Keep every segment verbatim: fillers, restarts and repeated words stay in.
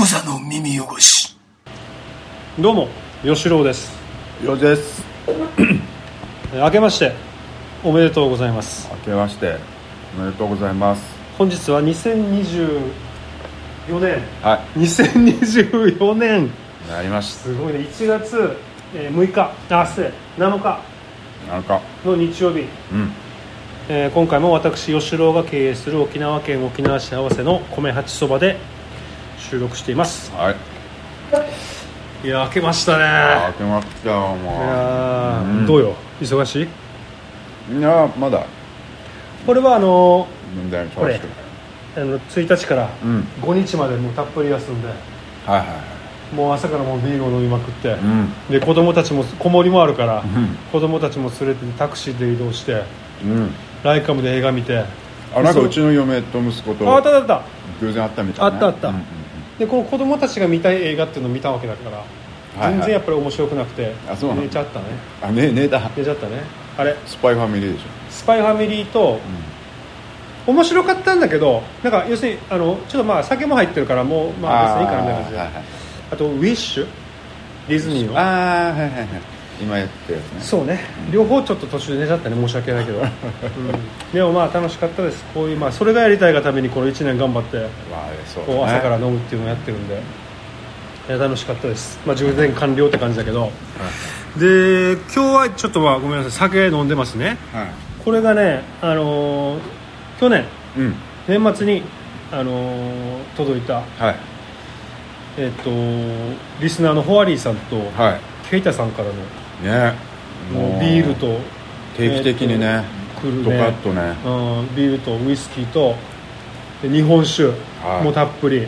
座の耳汚し。 どうも吉郎です。 よです明けましておめでとうございます。 明けましておめでとうございます。 本日はにせんにじゅうよねん、 はにせんにじゅうよねんい、なりました。 すごいね。いちがつむいか、あ、失礼なのかなんかの日曜日、 うんえー、今回も私吉郎が経営する沖縄県沖縄市合わせの米八そばで収録しています。 はいいや、明けましたね。 明けましたよ。もういや、 うん、 どうよ、忙しい？ いやまだこれはあの問題これあのついたちからうんごにちまでもうたっぷり休んで、 はいはいはいもう朝からもうビールを飲みまくって、 うんで子供たちも子守もあるから、 うん子供たちも連れてタクシーで移動してうんライカムで映画見て、 あ、なんかうちの嫁と息子とああったあった偶然会ったみたいな、ね、 あったあった、 うんうんでこの子供たちが見たい映画っていうのを見たわけだから、 いはい全然やっぱり面白くなくて、 あそうなの寝ちゃったねあねねだ寝ちゃったね。あれスパイファミリーでしょ。 スパイファミリーと、面白かったんだけど、なんか要するにあのちょっとまあ酒も入ってるからもうまあ別にいいかなみたいな感じで、 あ,、 はいはい、 あとウィッシュディズニーの、 ああはいはいはい、今やってるやつね。 そうね、両方ちょっと途中で寝ちゃったね、申し訳ないけど、うん、でもまあ楽しかったです。こういうまあそれがやりたいがためにこのいちねん頑張ってまあそうだね、 こう朝から飲むっていうのをやってるんで、いや楽しかったです。まあ充電完了って感じだけど、で今日はちょっとはごめんなさい、酒飲んでますね。 はいこれがね、あのー、去年うん年末に、あのー、届いた、 はいえっとリスナーのホワリーさんと、 はいケイタさんからのねもうビールと定期的にね、 えー、来るね、 ドカッとね、 うん、ビールとウイスキーとで日本酒もたっぷり、 うん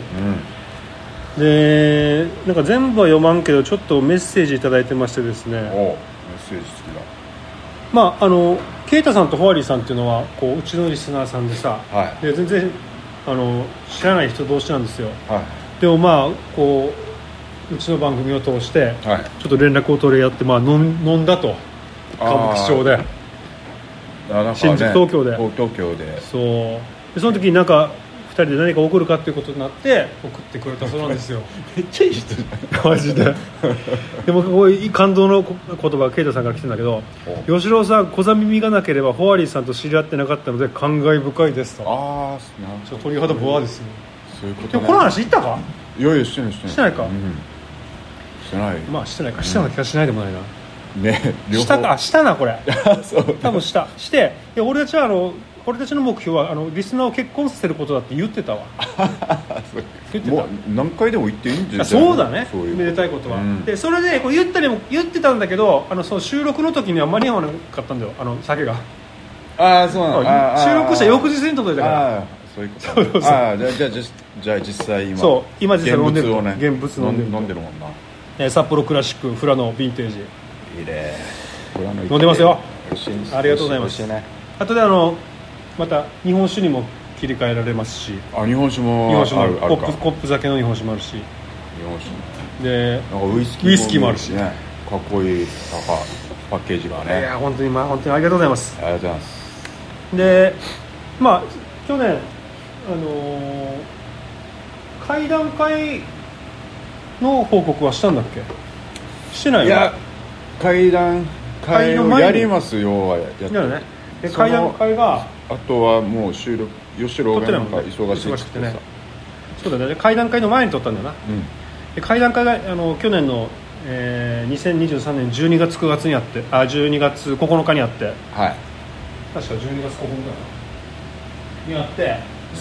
でなんか全部は読まんけどちょっとメッセージいただいてましてですね、 おメッセージ好きだ。 まああのケイタさんとホワリーさんっていうのはこううちのリスナーさんでさ、 はで全然あの知らない人同士なんですよ。 はでもまあこううちの番組を通していはい。 ちょっと連絡を取り合って、まあ、飲ん飲んだと歌舞伎町で、 あなんかね、 新宿東京で東京でそうでその時になんかふたりで何か送るかっていうことになって送ってくれたそうなんですよ。 めっちゃいい人じマジででもこういう感動の言葉がケイタさんから来てんだけど、吉郎さん小座耳がなければホワリーさんと知り合ってなかったので感慨深いですと。 ゃん。ああちょっと鳥肌ボワですよ。 そういうことね。 でもこの話言ったか？ いやいやしてないしてないしてないかうん、してないまあしてないか、したような気がしないでもないな、 ね両方したか、したなこれそう多分したしていや俺たちはあの俺たちの目標はあのリスナーを結婚させることだって言ってたわ言ってた。 もう何回でも言っていいんじゃない。 そうだね、 そういうめでたいことは、 うん、 でそれでこう言ったりも言ってたんだけど、あのその収録の時には間に合わなかったんだよ、あの酒が。 ああそうなの。あー収録した翌日に届いたからあーそういうこと。 そうそうそうああじゃあじゃあじゃあじゃあ実際今そう今実際飲んでる現物をね現物飲んでる飲んでるもんな。 えー札幌クラシックフラノヴィンテージいいね。 飲んでますよ。 美味しいです。 ありがとうございます美味しいね。 あとであのまた日本酒にも切り替えられますし、 あ日本酒も日本酒あるあるか。 もコップコップ酒の日本酒もあるし、 日本酒もでなんかウイスキーウイスキーもあるし、 ねかっこいいなんかパッケージがね。 いや本当にまあ本当にありがとうございます。 ありがとうございます。 でまあ去年あのー、会談会の報告はしたんだっけ？してないよ。 いや会談会を会の前にやりますよはやってだよね。でその会談会があとはもう収録吉郎がなんか忙しい忙しくてね。そうだね。会談会の前に撮ったんだよな。 うんで会談会があの去年の、えー、にせんにじゅうさんねんじゅうにがつくがつにあってあじゅうにがつここのかにあってはい確かじゅうにがつここのかにあって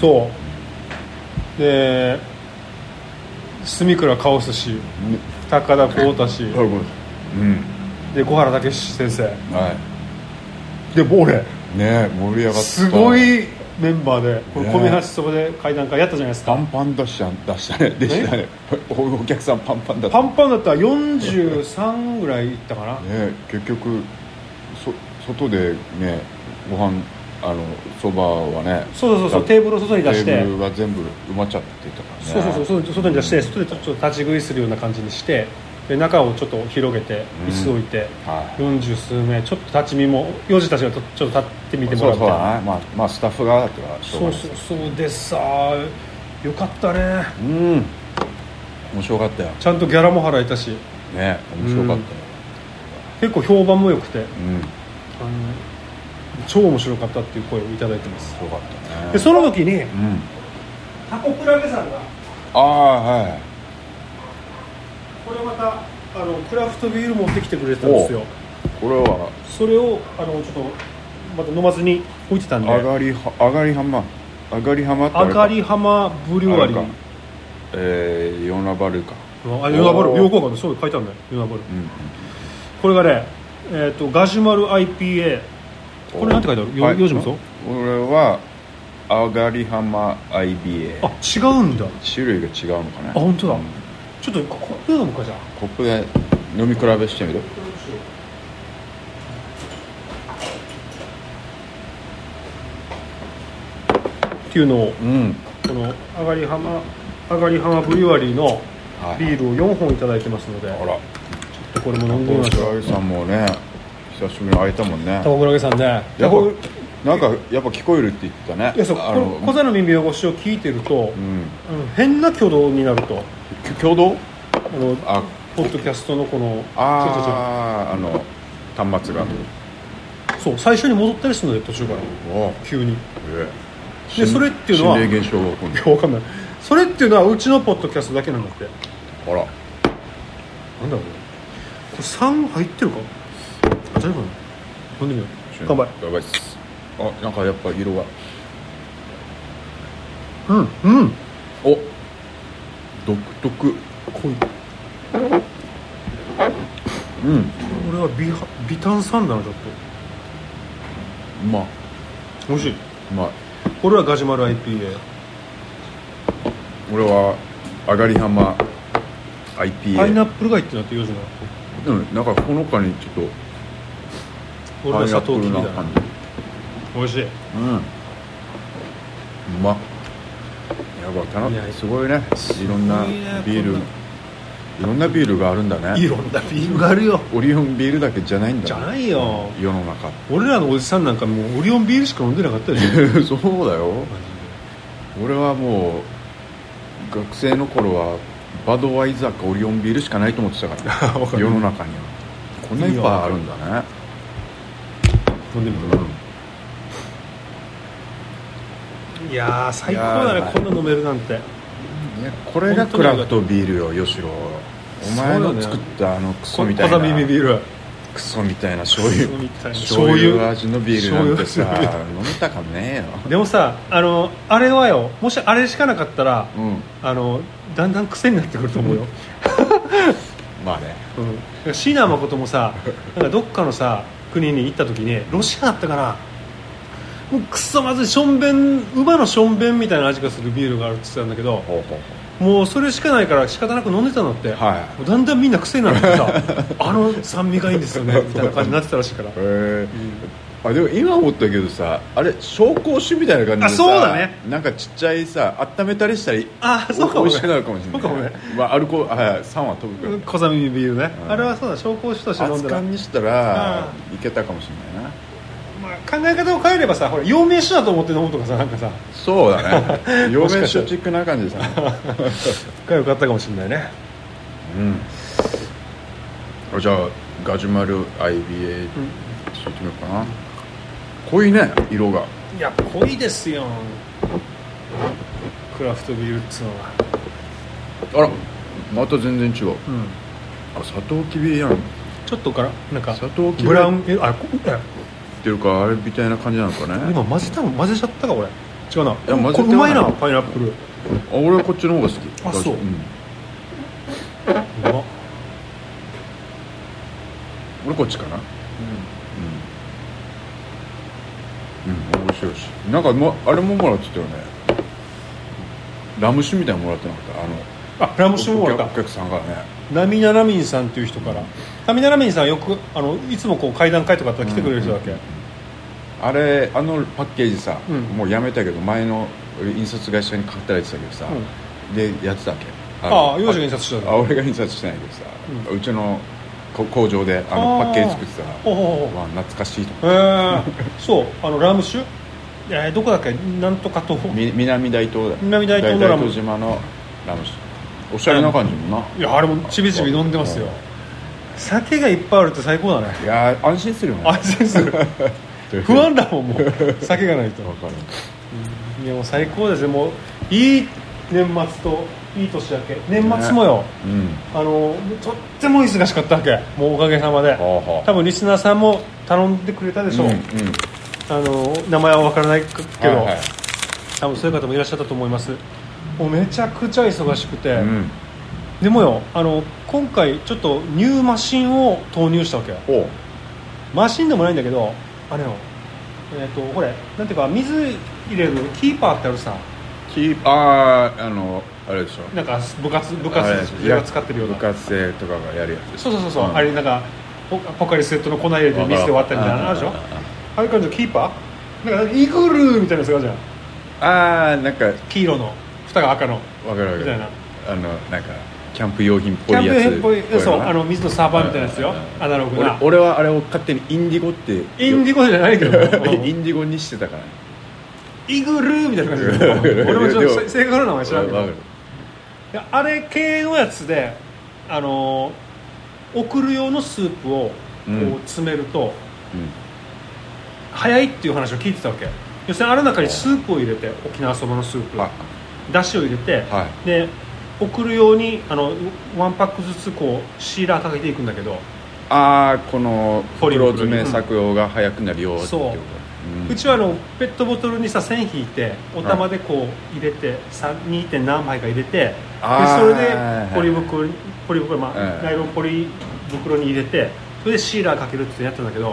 そうで住倉カス氏高田光太氏うんで小原武史先生はでもう俺いね盛り上がったすごいメンバーでこの米橋そばで会談会やったじゃないですか。 パンパン出した出したねでしたねおお客さんパンパンだったパンパンだったらよんじゅうさんぐらいいったかな。 ね結局そ外でねご飯あのそばはねそうそうそうテーブルを外に出してテーブルが全部埋まっちゃってたからね。 そうそうそう外に出して外でちょっと立ち食いするような感じにしてで中をちょっと広げて椅子置いて、 うんはい、 よんじゅうすうめいちょっと立ち見も幼児たちがちょっと立ってみてもらってそうそうだね、まあ、まあスタッフ側だったからそうそうそうでさよかったね。 うん面白かったよちゃんとギャラも払えたしね、面白かったよ、 結構評判も良くて、 うん、 あの超面白かったっていう声をいただいてます。 面白かったね。 でその時に、 うん、 タコクラゲさんがああはいこれまたあのクラフトビール持ってきてくれてたんですよ。 これはそれをあのちょっとまた飲まずに置いてたんで、 あがりはあがり浜あがり浜ってああれかがり浜ブリュワリー、 えー、ヨナバルか、 あヨナバル両方がそう書いてあるんだよヨナバル、 うんうん、 これがね、えー、とガジュマル アイピーエー、これなんて書いてある？ はい、 よじむぞ。 これはあがり浜 アイビーエー。 あ違うんだ。 種類が違うのかね。 あ本当だ、 うん、 ちょっとコップで飲むかじゃあ。 コップで飲み比べしてみる。 っていうのを、 うん、 このあがり浜あがり浜ブリュワリーのビールをよんほんいただいてますので、はい、ちょっとこれも飲んでみましょう。 タコクラゲさんもね久しぶりに会えたもんね。 タコクラゲさんね、 やっぱなんかやっぱ聞こえるって言ってたね。 いやそうあの小座の耳汚しを聞いてると、うん、変な挙動になると挙動あのあポッドキャストのこのあああの端末が、うん、 そう最初に戻ったりするので途中から急に、えー、でそれっていうのは心霊現象が起こる。 いや分かんない。それっていうのはうちのポッドキャストだけなんだって。 あらなんだろうこれ酸入ってるか大丈夫かな。飲んでみよう。乾杯。 乾杯っす。あなんかやっぱ色がうんうんお独特濃い。 うんこれは微微炭酸だなちょっと。 うま美味しい。 うまい。 これはガジュマル アイピーエー。 俺はあがり浜 アイピーエー。 パイナップルが入ってなってよじな。 うんなんかほのかにちょっと俺は砂糖きびだな。美味しい。うんうまっ。やばたなすごいね。いろんなビールいろんなビールがあるんだね。 いろんなビールがあるよ。 オリオンビールだけじゃないんだ、ね、 じゃないよ世の中。 俺らのおじさんなんかもうオリオンビールしか飲んでなかったでしょそうだよ。俺はもう学生の頃はバドワイザーかオリオンビールしかないと思ってたから世の中にはこんないっぱいあるんだね。 飲んでみて、うん、いやー最高だね。こんな飲めるなんて。いやこれがクラフトビールよ吉郎。お前の作ったあのクソみたいな小座耳ビールクソみたいな醤油醤油味のビールなんてさ飲めたかねえよ。 でもさあのあれはよもしあれしかなかったら、 うん、 あのだんだん癖になってくると思うよまあね、 うん、椎名誠もさなんかどっかのさ国に行った時にロシアだったかなもうクソまずいしょんべん馬のしょんべんみたいな味がするビールがあるって言ってたんだけど、ほうほうほうもうそれしかないから仕方なく飲んでたんだって、はい、もうだんだんみんな癖になってさあの酸味がいいんですよねみたいな感じになってたらしいから。へえ、うん、あでも今思ったけどさあれ紹興酒みたいな感じでさ、 あそうだね、 なんかちっちゃいさ温めたりしたりあそうかも、 美味しくなるかもしれない。そうかもね、まあ、アルコール、はい、酸は飛ぶから小座耳ビールね、うん、あれはそうだ紹興酒として飲んだら熱燗にしたらいけたかもしれないな。 まあ、考え方を変えればさほら陽明酒だと思って飲むとかさなんかさそうだね陽明酒チックな感じでさが良かったかもしれないね。 うんじゃあガジュマル アイビーエー してみようかな、うん、濃いね色が。 いや濃いですよクラフトビールっつうのは。 あらまた全然違う、うん、あサトウキビやん。 ちょっとからなんかサトウキビブラウンえあこえってるかあれみたいな感じなのかね。 今混ぜたの混ぜちゃったか俺。違うな。いや混ぜてこれうまいなパイナップル。 あ俺はこっちの方が好き。 あそう、うん、うま俺こっちかな。うん、うん、面白いしなんかもあれももらってたよね。ラム酒みたいなのもらってなかった。 あのあラム酒ももらったお客さんがねナミナナミンさんっていう人から、うん、ナミナナミンさんはよくあのいつもこう会談会とかあったら来てくれる人だっけ、うんうんうん、あれあのパッケージさ、うん、もうやめたけど前の印刷会社に働いてたけどさ、うん、でやってたわけ。 ああ、幼児が印刷してた。 あ俺が印刷してないけどさ、うん、うちの工場であのパッケージ作ってたらまあ、懐かしいと思って、 えー、そうあのラム酒、えー、どこだっけなんとか島南大東だ南大東のラム島のラム酒おしゃれな感じもな。 いやあれもちびちび飲んでますよ。酒がいっぱいあるって最高だね。 いや安心するよね。 安心する不安だもんもう酒がないと。 分かる、 うん、いやもう最高ですね。もういい年末といい年明け、年末もよ、ね、うん、あのとっても忙しかったわけ。もうおかげさまで、はあはあ、多分リスナーさんも頼んでくれたでしょう、うんうん、あの名前は分からないけど、はいはい、多分そういう方もいらっしゃったと思います。もうめちゃくちゃ忙しくて、うん、でもよあの今回ちょっとニューマシンを投入したわけよ。マシンでもないんだけどあれよ、えー、とこれなんていうか水入れるキーパーってあるさ。 キーパーあのあれでしょ、 なんか部活部活でが使ってるような部活生とかがやるやつ。 そうそうそうそう、うん、あれなんかポカリスエットの粉入れて水で終わったみたいなのあるでしょ。ああいう感じのキーパーなんかイグルーみたいなやつがあるじゃん。 ああなんか黄色の蓋が赤のわかるわかるみたいな、 あのなんかキャンプ用品っぽいやつ。キャンプ用品っぽい、そうあの水のサーバーみたいなやつよ、アナログな。 俺、俺はあれを勝手にインディゴってインディゴじゃないけどインディゴにしてたからイグルーみたいな感じで俺もちょっと正確な名前知らんけどあれ系のやつであのー、送る用のスープをこう詰めると、うんうん、早いっていう話を聞いてたわけ。要するにあれの中にスープを入れて沖縄そばのスープだしを入れて、はい、で送るようにあのワンパックずつこうシーラーかけていくんだけど、 ああこの袋詰め作用が早くなるよってそう、うん、うちはあのペットボトルにさ線引いてお玉でこう入れて、はい、に. 点何杯か入れてでそれでポリ袋にポリ袋、まあ、ナイロンポリ袋に入れてそれでシーラーかけるってやったんだけど、うん、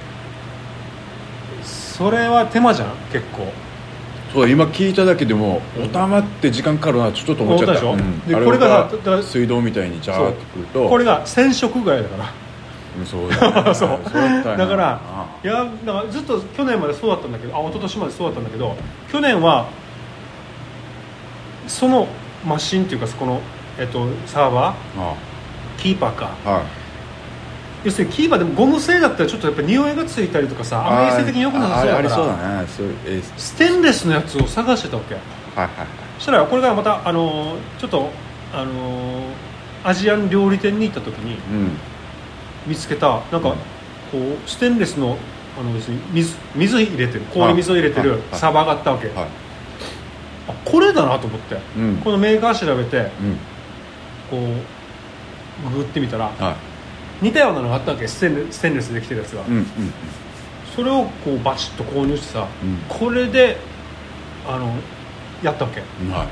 それは手間じゃん結構。 そう今聞いただけでもお玉って時間かかるなちょっと思っちゃった。 うん、でこれが水道みたいにジャーってくるとこれがせん食ぐらいだから、 うん、そうだ、ね、 そうだからいやだからずっと去年までそうだったんだけどあ一昨年までそうだったんだけど去年はそのマシンっていうかそこの、えっと、サーバーああキーパーか、はい、要するにキーパーでもゴム製だったらちょっとやっぱ匂いがついたりとかさあんまり衛生的に良くなさそうだからありそうだねそう、えー、ステンレスのやつを探してたわけ。はいはいはい。そしたらこれがまたあのちょっとあのアジアン料理店に行った時に見つけた、うん、なんかこうステンレスのあの要するに 水, 水入れてる氷水を入れてるサーバーがあったわけ、はいはいはい、あこれだなと思って、うん、このメーカー調べて、うん、こうググってみたら、はい、似たようなのがあったわけ。ステンレス、ステンレスでできてるやつが、うんうんうん、それをこうバチッと購入してさ、うん、これであのやったわけ、はい、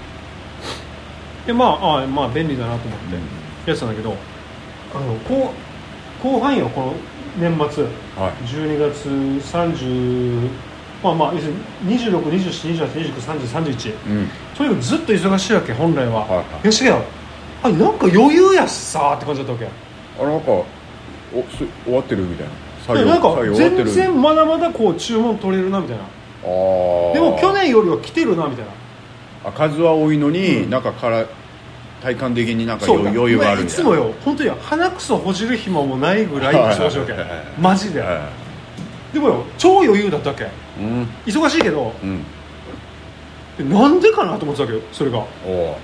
でまああまあ便利だなと思ってやってたんだけど、あの後後半よこの年末、はい、じゅうにがつさんじゅうまあまあ要するににじゅうろく、にじゅうしち、にじゅうはち、にじゅうきゅう、さんじゅう、さんじゅういち、うん、とにかくずっと忙しいわけ本来は、はいはい、よしやあなんか余裕やしさーって感じだったわけ。 あなんかおす終わってるみたいな作業なんか全然まだまだこう注文取れるなみたいな。あでも去年よりは来てるなみたいな。 あ数は多いのに、うん、中から体感的になんか余裕があるんだよ。いつもよ本当に鼻くそほじる暇もないぐらい忙しいわけマジで。でもよ超余裕だったわけ、うん、忙しいけど、うん、なんでかなと思ってたわけよそれが。お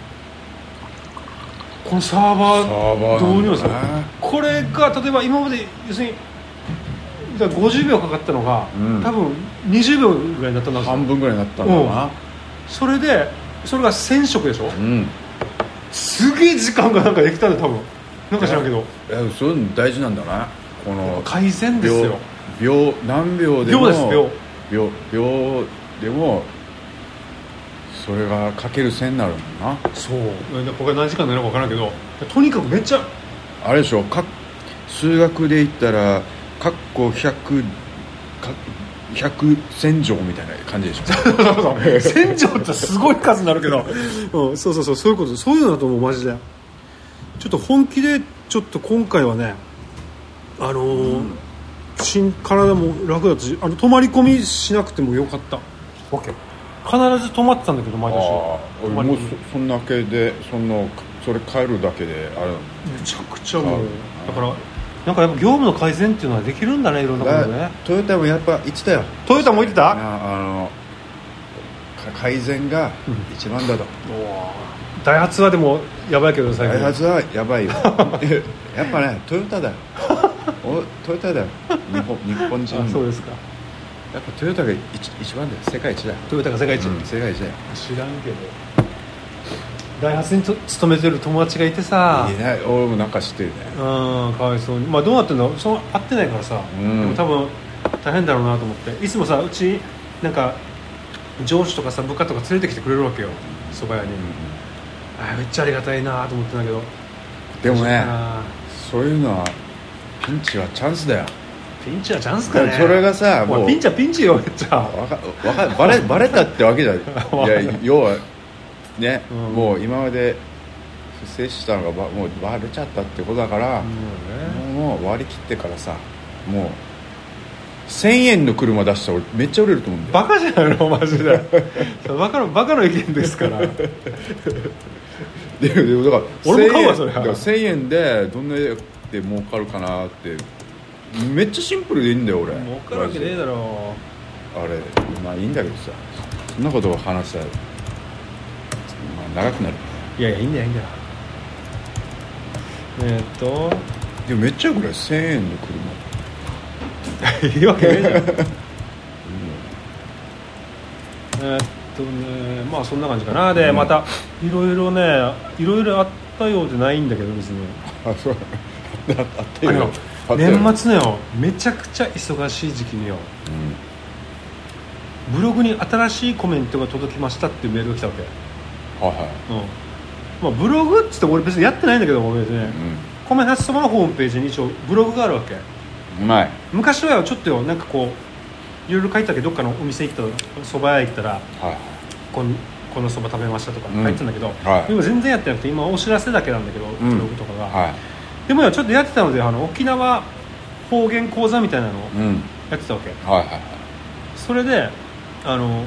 このサーバー導入するこれが例えば今まで要するにごじゅうびょうかかったのが、うん、多分にじゅうびょうぐらいになったんだ。 半分ぐらいになったんだな、うん、 それでそれがせん食でしょ、うん、すげえ時間がなんかできたんだ多分なんか知らんけど。 いやそういうの大事なんだなこの改善ですよ。 秒何秒でも秒です秒秒秒でもそれがかけるせんになるもんな。そうこれ何時間なのか分からんけどとにかくめっちゃあれでしょか数学で言ったらかっこひゃくかひゃく千乗みたいな感じでしょ千乗ってすごい数になるけど、うん、そうそうそうそういうことそういうのだと思うマジで。ちょっと本気でちょっと今回はねあのーうん、新体も楽だったしあの泊まり込みしなくてもよかったわけ。必ず泊まってたんだけど毎年。あ俺もう そ, そんだけでそのそれ帰るだけであれめちゃくちゃもうだからなんかやっぱ業務の改善っていうのはできるんだねいろんなことね。 トヨタもやっぱ言ってたよ。 トヨタも言ってた。 ああの改善が一番だと、うん、 ダイハツはでもやばいけど最近ダイハツはやばいよやっぱねトヨタだよおトヨタだよ日本、日本人あそうですか。 やっぱトヨタが 一, 一番だよ世界一だよトヨタが世界一、 うん、世界一だよ。 知らんけどダイハツにと勤めてる友達がいてさ、 いいね、俺もなんか知ってるね。 うんかわいそうに、まあ、どうなってんのその会ってないからさ、うん、でも多分大変だろうなと思って、いつもさうちなんか上司とかさ部下とか連れてきてくれるわけよ蕎麦屋に、うん、あめっちゃありがたいなと思ってたんだけど、 でもねそういうのはピンチはチャンスだよ。 ピンチはチャンスかね。 それがさもうピンチはピンチよめっちゃわかわかバレバレたってわけじゃいや要はね、うん、もう今まで不正したのがばもうバレちゃったってことだから、うんね、もう割り切ってからさもうせんえんの車出したらめっちゃ売れると思うんだよ。 バカじゃないのマジでバカのバカの意見ですからででもだから俺も買うわそれ。だからせんえんでどんなで儲かるかなってめっちゃシンプルでいいんだよ俺。 儲かるわけねえだろあれまあいいんだけどさそんなことを話したら、まあ、長くなる。 いやいやいいんだよいいんだよ。えー、っとでもめっちゃぐらいせんえんの車いいわけねえじゃん、うん、えー、っとねまあそんな感じかな。で、うん、またいろいろねいろいろあったようでないんだけどですね。 あそうあったよ年末のよめちゃくちゃ忙しい時期によ、うん、ブログに新しいコメントが届きましたっていうメールが来たわけ。 はいはい、 うんまあ、ブログっつって俺別にやってないんだけど別に、ねうん、米発そばのホームページに一応ブログがあるわけ。 うまい。 昔はよちょっとよなんかこういろいろ書いてたけどどっかのお店行った蕎麦屋行ったら、はい、このこの蕎麦食べましたとか書いてたんだけど、うんはい、でも全然やってなくて今お知らせだけなんだけど、うん、ブログとかが、はい、でもよちょっとやってたのであの沖縄方言講座みたいなのをやってたわけ、うんはいはいはい、それであの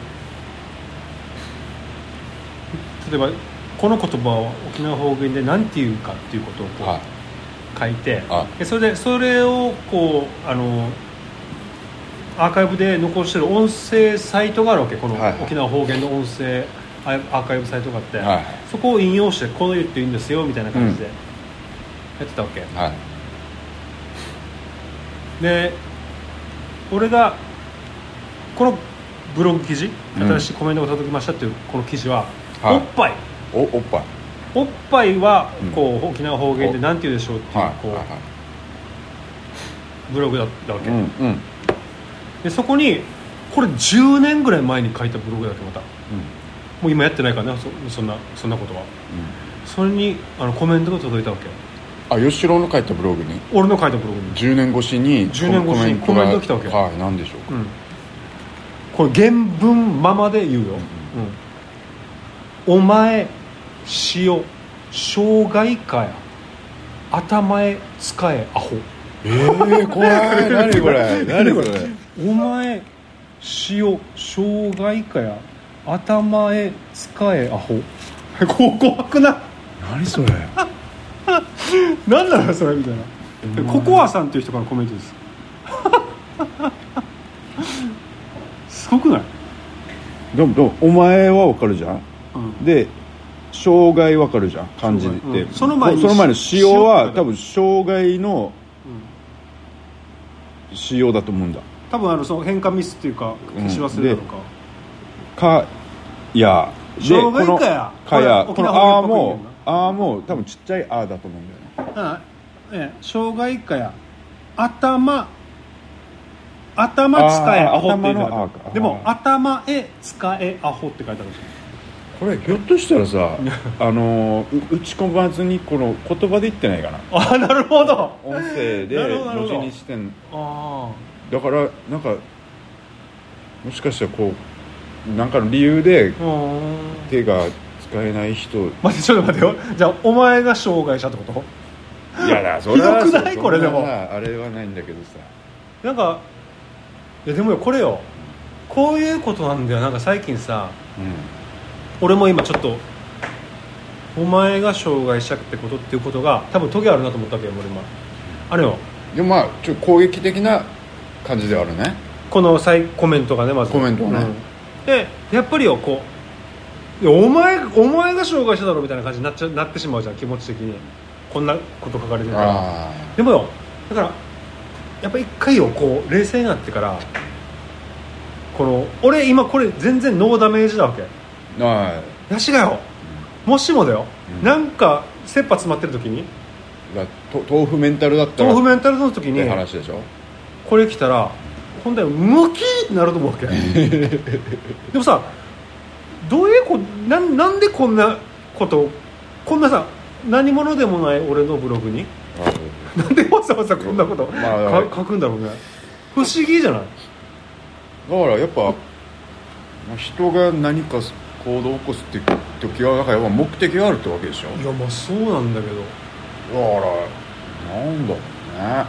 例えばこの言葉を沖縄方言で何て言うかっていうことをこう、はい書いてでそれでそれをこうあのアーカイブで残してる音声サイトがあるわけ。この沖縄方言の音声アーカイブサイトがあって、はいはい、そこを引用してこう言っていいんですよみたいな感じでやってたわけ、うんはい、で俺がこのブログ記事新しいコメントが届きましたっていうこの記事は、うん、おっぱいお, おっぱいおっぱいはこう、うん、沖縄方言で何て言うでしょうっていう、こう、はいはいはい、ブログだったわけ、うんうん、でそこにこれじゅうねんぐらい前に書いたブログだってまた、うん、もう今やってないからね そ, そ, んなそんなことは、うん、それにあのコメントが届いたわけ。 あ吉郎の書いたブログに俺の書いたブログにじゅうねん越しにじゅうねん越しにコメントが来たわけ。 はい何でしょうか、うん、 これ原文ままで言うよ、うんうん、お前塩障害かや頭へ使えアホ。 えー怖い何これ何これお前塩障害かや頭へ使えアホこ怖くない？ 何それ何なのそれみたいな。ココアさんっていう人からコメントですすごくない？ でもでもお前は分かるじゃん、うん、で障害わかるじゃん漢字で、うん、その前にその前の使用は多分障害の使用だと思うんだ。 多分あのその変化ミスっていうか消し忘れたのか、うん、 かや障害かやかやこのあーもあーも多分ちっちゃいあーだと思うんだよね。 ああ、ええ、障害かや頭頭使えアホって言うてでも頭へ使えアホって書いてあるんですよ。 これひょっとしたらさあの打ち込まずにこの言葉で言ってないかな。 あなるほど音声で文字にしてんあだからなんかもしかしたらこうなんかの理由で手が使えない人待ってちょっと待ってよじゃあお前が障害者ってこと？ いやだそれはひどくないこれでもあれはないんだけどさなんかいやでもよこれよこういうことなんだよ。なんか最近さ、うん俺も今ちょっとお前が障害者ってことっていうことが多分トゲあるなと思ったわけよ俺今あれよ。 でもまあちょっと攻撃的な感じではあるねこの再コメントがねまずコメントはね、 うん、でやっぱりよこいやお前お前が障害者だろみたいな感じになっちゃなってしまうじゃん、気持ち的に。こんなこと書かれてるから。でもよ、だからやっぱ一回よこう冷静になってから、この俺今これ全然ノーダメージだわけ。 あやしがよ、もしもだよ、うん、なんか切羽詰まってる時に、 だと豆腐メンタルだったら豆腐メンタルの時に話でしょ、 これ来たら本当にムキーってなると思うわけでもさ、どういうこな, なんでこんなことこんなさ何者でもない俺のブログになんでわざわざこんなこと、まあ、書くんだろうね。不思議じゃない。 だからやっぱ人が何か行動を起こすって時はなんかやっぱ目的があるってわけでしょ。 いやまあそうなんだけど、 だからなんだろうね、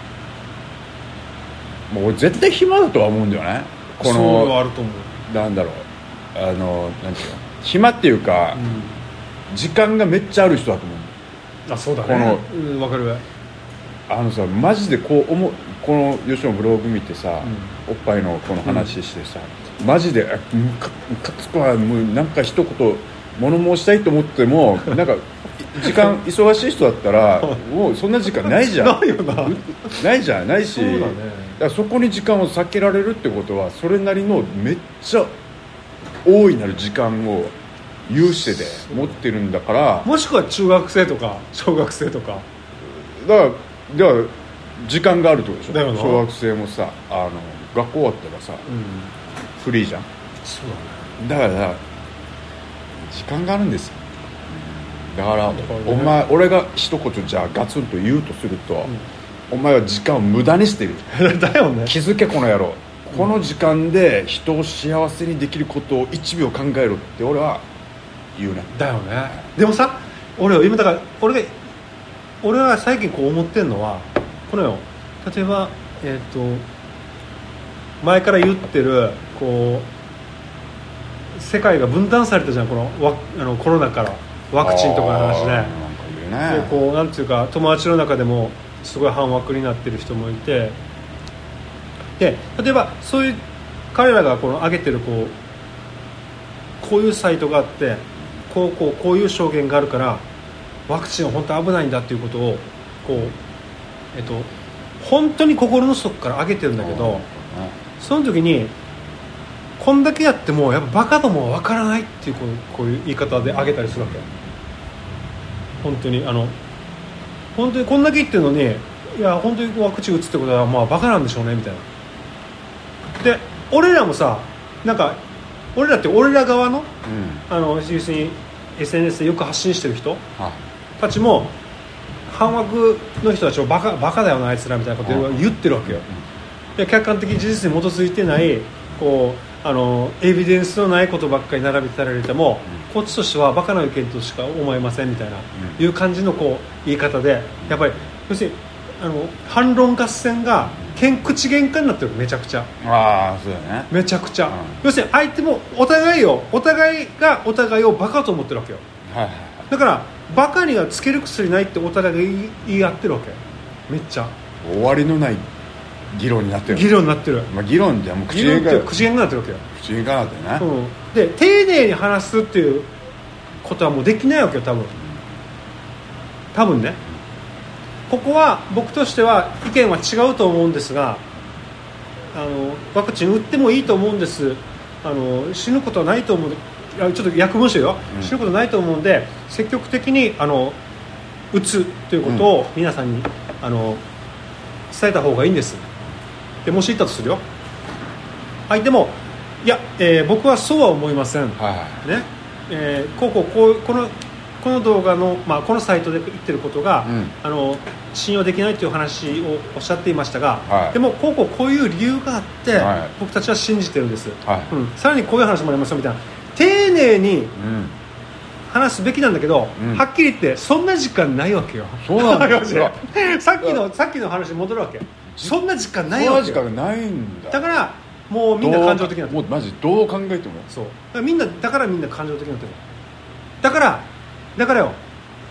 もう俺絶対暇だとは思うんだよね。このそうあると思う。 なんだろう、あのなんていうの、暇っていうか、うん、時間がめっちゃある人だと思う。 あ、そうだね、この、うん、分かるわ。 あのさ、マジでこう思う、この吉野ブログ見てさ、うん、おっぱいのこの話してさ、うん、マジでムカつくわ、もうなんか一言物申したいと思ってもなんか時間忙しい人だったらもうそんな時間ないじゃんないよなないじゃん、ないし、そうだね、だからそこに時間を避けられるってことはそれなりのめっちゃ大いなる時間を有してで持ってるんだから、 もしくは中学生とか小学生とかだからでは時間があるってことでしょ。 だよな。 小学生もさ、あの学校終わったらさ、うん、フリーじゃん。 そうだね。 だから時間があるんですよ。だから、ね、お前俺が一言じゃあガツンと言うとすると、うん、お前は時間を無駄にしてるだよね。 気づけこの野郎、うん、この時間で人を幸せにできることをいちびょう考えろって俺は言うね。 だよね。でもさ、俺は今だから俺が俺は最近こう思ってんのはこのよ、例えばえっ、ー、と前から言ってるこう世界が分断されたじゃん、このワあのコロナからワクチンとかの話で、ね、でこうなんていうか友達の中でもすごい反枠になってる人もいて、で例えばそういう彼らがこの上げてるこうこういうサイトがあってこうこうこういう証言があるからワクチンは本当危ないんだっていうことをこう、えっと、本当に心の底から上げてるんだけど、その時にこんだけやってもやっぱバカどもは分からないっていうこう、こういう言い方で上げたりするわけ。本当にあの本当にこんだけ言ってるのに、いや本当にワクチン打つってことはまあバカなんでしょうねみたいな。で俺らもさ、なんか俺らって俺ら側の、うん、あの要するに エスエヌエス でよく発信してる人たちも反枠の人たちをバカ、バカだよなあいつらみたいなことを言ってるわけよ。で客観的事実に基づいてないこうあのエビデンスのないことばっかり並べてられても、うん、こっちとしてはバカな意見としか思えませんみたいな、うん、いう感じのこう言い方で、やっぱり要するにあの反論合戦が口喧嘩になってる。めちゃくちゃ。 ああそうだね。 めちゃくちゃ、うん、要するに相手もお互いよお互いがお互いをバカと思ってるわけよ、はいはいはい、だからバカにはつける薬ないってお互いが言い、言い合ってるわけ。めっちゃ終わりのない議論になってる。 議論になってる、 まあ、議論じゃもう口喧嘩口喧嘩になってるわけよ。 口喧嘩になってるね、 うん、で丁寧に話すっていうことはもうできないわけよ多分多分ね。ここは僕としては意見は違うと思うんですが、あのワクチン打ってもいいと思うんです。あの死ぬことはないと思う。ちょっと訳文書よ、うん、死ぬことないと思うんで積極的にあの打つということを皆さんに、うん、あの伝えた方がいいんです。でもし言ったとするよ、相手もいや、えー、僕はそうは思いません、はいはいねえー、こうこうこうこのこの動画の、まあ、このサイトで言ってることが、うん、あの信用できないという話をおっしゃっていましたが、はい、でもこうこうこういう理由があって、はい、僕たちは信じてるんです、はいうん、さらにこういう話もありますよみたいな丁寧に話すべきなんだけど、うん、はっきり言ってそんな時間ないわけよ。 そうなんですよさっきのさっきの話に戻るわけ。そんな時間ないわけよ。 そんな時間ないんだ。 だからもうみんな感情的になってる。 もうマジどう考えてもそうだからみんなだからみんな感情的になってる。だからだからよ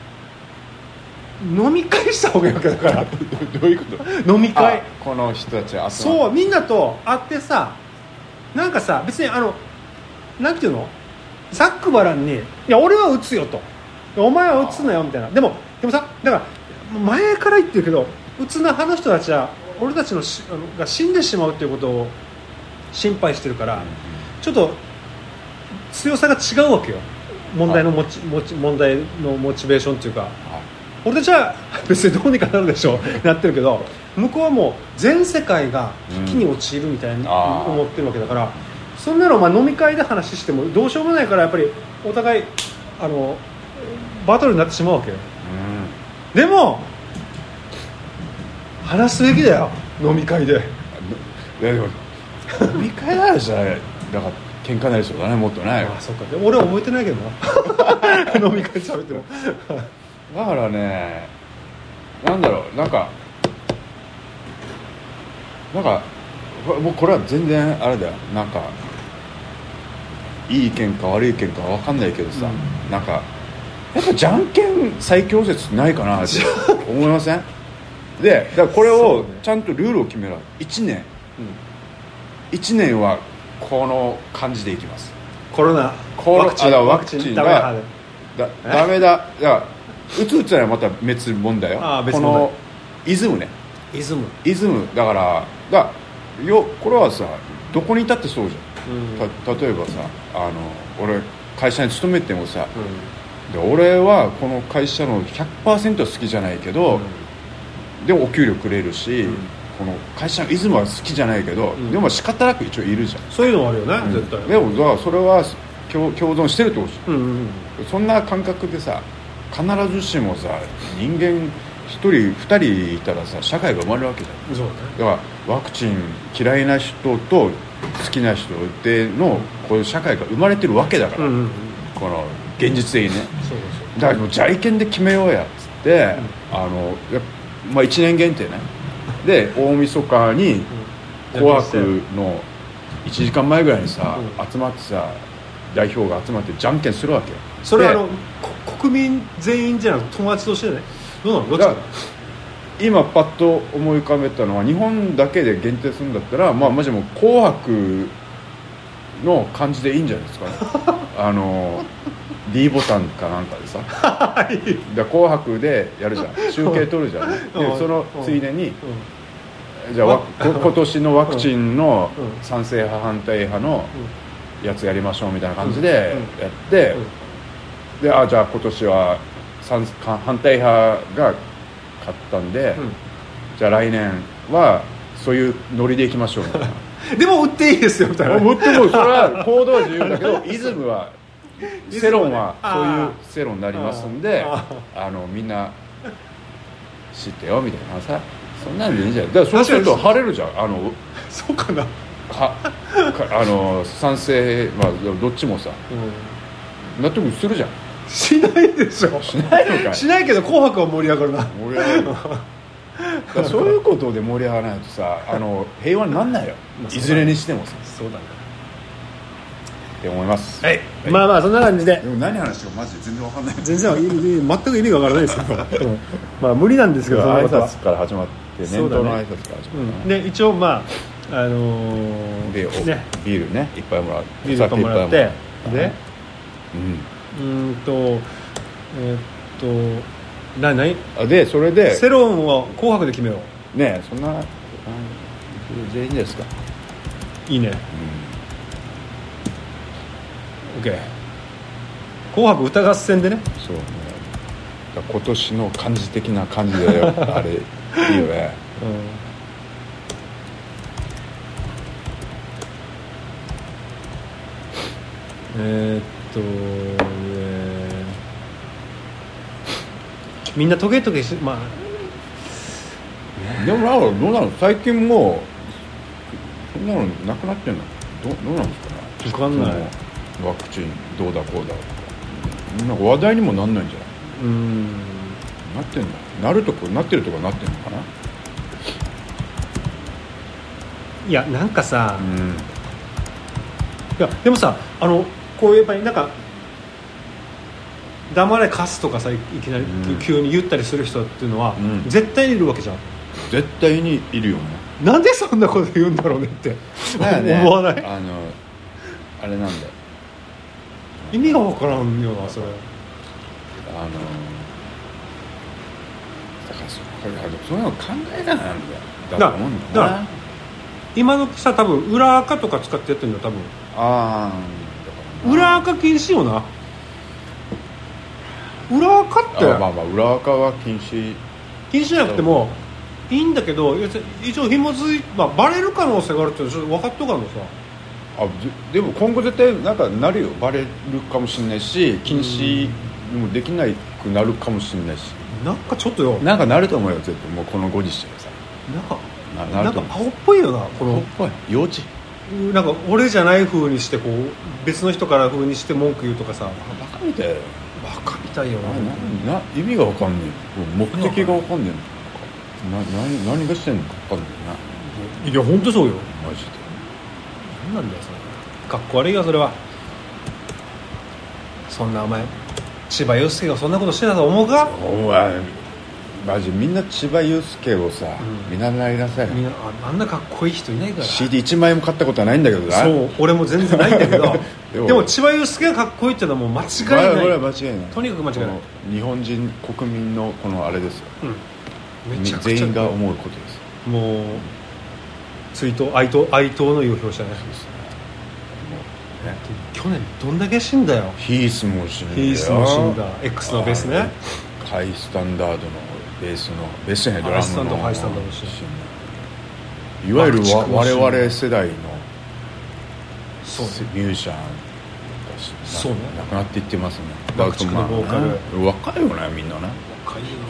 飲み会した方がいいわけだからどういうこと飲み会この人たち集まってそうみんなと会ってさ、なんかさ別にあのなんていうのざっくばらんにいや俺は打つよとお前は打つなよみたいなでもでもさだから前から言ってるけど打つな派の人たちは俺たちのしあのが死んでしまうっていうことを心配してるから、うん、ちょっと強さが違うわけよ問題の持ち、持ち問題のモチベーションっていうか俺たちは別にどうにかなるでしょうなってるけど向こうはもう全世界が危機に陥るみたいに思ってるわけだから、うん、そんなのまあ飲み会で話してもどうしようもないからやっぱりお互いあのバトルになってしまうわけよ、うん、でも話すべきだよ飲み会でいやでも飲み会だじゃないだから喧嘩になりそうだねもっとねああそうかで俺は覚えてないけどな飲み会で喋ってもだからねなんだろうなんかなんかもうこれは全然あれだよなんかいい意見か悪い意見か分かんないけどさ、うん、なんかやっぱじゃんけん最強説ないかなって思いませんでだからこれをちゃんとルールを決めろいちねん、うん、いちねんはこの感じでいきますコロナコロワクチンワクチンがだダメだいや打つ打つはまた別問題よあ別問題このイズムねイズムイズムだからだよこれはさどこにいたってそうじゃん、うん、た例えばさあの俺会社に勤めてもさ、うん、で俺はこの会社の ひゃくパーセント 好きじゃないけど、うん、でもお給料くれるし、うん、この会社のイズムは好きじゃないけど、うん、でも仕方なく一応いるじゃんそういうのもあるよね、うん、絶対でもだからそれは共, 共存してるってことですよ、うんうんうん、そんな感覚でさ必ずしもさ人間ひとりふたりいたらさ社会が生まれるわけじゃんそう、ね、だからワクチン嫌いな人と好きな人でのこういう社会が生まれてるわけだから、うんうんうん、この現実的にねそうそうだからもうじゃいけんで決めようやっつって、うん、あのや、まあ、いちねん限定ねで大晦日に紅白のいちじかんまえぐらいにさ、うん、集まってさ代表が集まってじゃんけんするわけよそれはあの国民全員じゃなくて友達としてねどうなのどっちか今パッと思い浮かべたのは日本だけで限定するんだったらまあマジもう紅白の感じでいいんじゃないですかねあの D ボタンかなんかでさだ紅白でやるじゃん集計取るじゃん、ね、でそのついでにじゃあ今年のワクチンの賛成派反対派のやつやりましょうみたいな感じでやってであじゃあ今年は反対派が勝ったんで、うん、じゃあ来年はそういうノリでいきましょうみたいなでも売っていいですよみたいな売ってもそれは行動は自由だけどイズムは世論はそういう世論になりますんであのみんな知ってよみたいなさそんなんでいいんじゃないだからそうすると晴れるじゃんあのそうかなはあの賛成、まあ、どっちもさ、うん、納得するじゃんしないでしょしないのかいしないけど紅白は盛り上がるな盛り上がるだそういうことで盛り上がらないとさあの平和になんないよいずれにしてもさそうだねって思います、 はいはい、まあまあそんな感じででも何話してもマジで全然わかんない全然全く意味がわからないですけどまあ無理なんですけど挨拶から始まって年頭の挨拶から始まって、 ねうん、で一応まああのー、 でね、ビールねいっぱいもらってビールいっぱいもらってで、 うんうんとえー、っとな何でそれで世論は紅白で決めようねえそんな全員ですかいいね、うん、OK 紅白歌合戦でねそうね今年の漢字的な感じであれいいよね、 うん、えー、っとみんなトゲトゲしまあでもなんかどうなの最近もうそんなのなくなってんの ど, どうなんですかね分かんないワクチンどうだこうだなんか話題にもなんないんじゃないうんなってんだなるとこなってるとこなってんのかないやなんかさ、うん、いやでもさあのこういうやっぱりなんか黙れ貸すとかさいきなり急に言ったりする人っていうのは、うん、絶対にいるわけじゃん絶対にいるよねなんでそんなこと言うんだろうねって、ね、思わないあのあれなんだよ意味が分からんよなそれ。 あのだからそこそういうの考えながらなんだよだと思うんだよな。 今のさ多分裏垢とか使ってやってるんだよ多分。 ああ裏垢禁止よな。裏垢ってあまあまあ裏垢は禁止禁止じゃなくてもいいんだけど一応紐づい、まあ、バレる可能性があるって分かっとかんのさ。 あでも今後絶対なんかなるよ。バレるかもしれないし禁止もできなくなるかもしれないしなんかちょっとよなんかなると思うよ絶対。もうこのご時世はさなんかななんかアホっぽいよなこのアホっぽい幼稚なんか俺じゃない風にしてこう別の人から風にして文句言うとかさバカみたいだよ。 バカみたいよな。 なな意味が分かんねえ目的が分かんねえな何何がしてんのか分かんねえないや本当そうよマジで。 何なんだよそれ。かっこ悪いよそれは。そんなお前千葉雄介がそんなことしてたと思うか。 お前マジみんな千葉雄介をさ、うん、見習いなさい。 みんな あ, あんなかっこいい人いないから。 シーディーいち 枚も買ったことはないんだけどな。 そう俺も全然ないんだけどで, もでも千葉雄介がかっこいいってのはもう間違いない、 まあ、これは間違いない。 とにかく間違いない。 日本人国民のこのあれですよ、うん、めちゃくちゃ全員が思うことです。 もう追悼哀悼哀悼の意を表したね。去年どんだけ死んだよ。 ヒースも死んだよ。 ヒースも死んだ。 X のベースね。 ハイスタンダードのベースのベースじゃないドラムのハイスタンドハイスタンダード死んだ。 いわゆる我々世代のそう、ね、 ミュージシャンそうね亡くなっていってますね。 爆竹のボーカル、 ね、若いよねみんなね。 若いよ。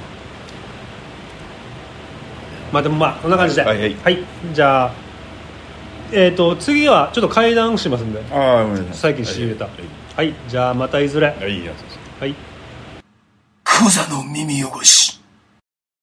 まあでもまあこんな感じで、 はい、はい、 はい、じゃあえーと次はちょっと会談しますんで。 ああごめんなさい。 最近仕入れた。はい、はい、じゃあまたいずれ。 はい、いいやつです。 はい。 クザの耳汚し。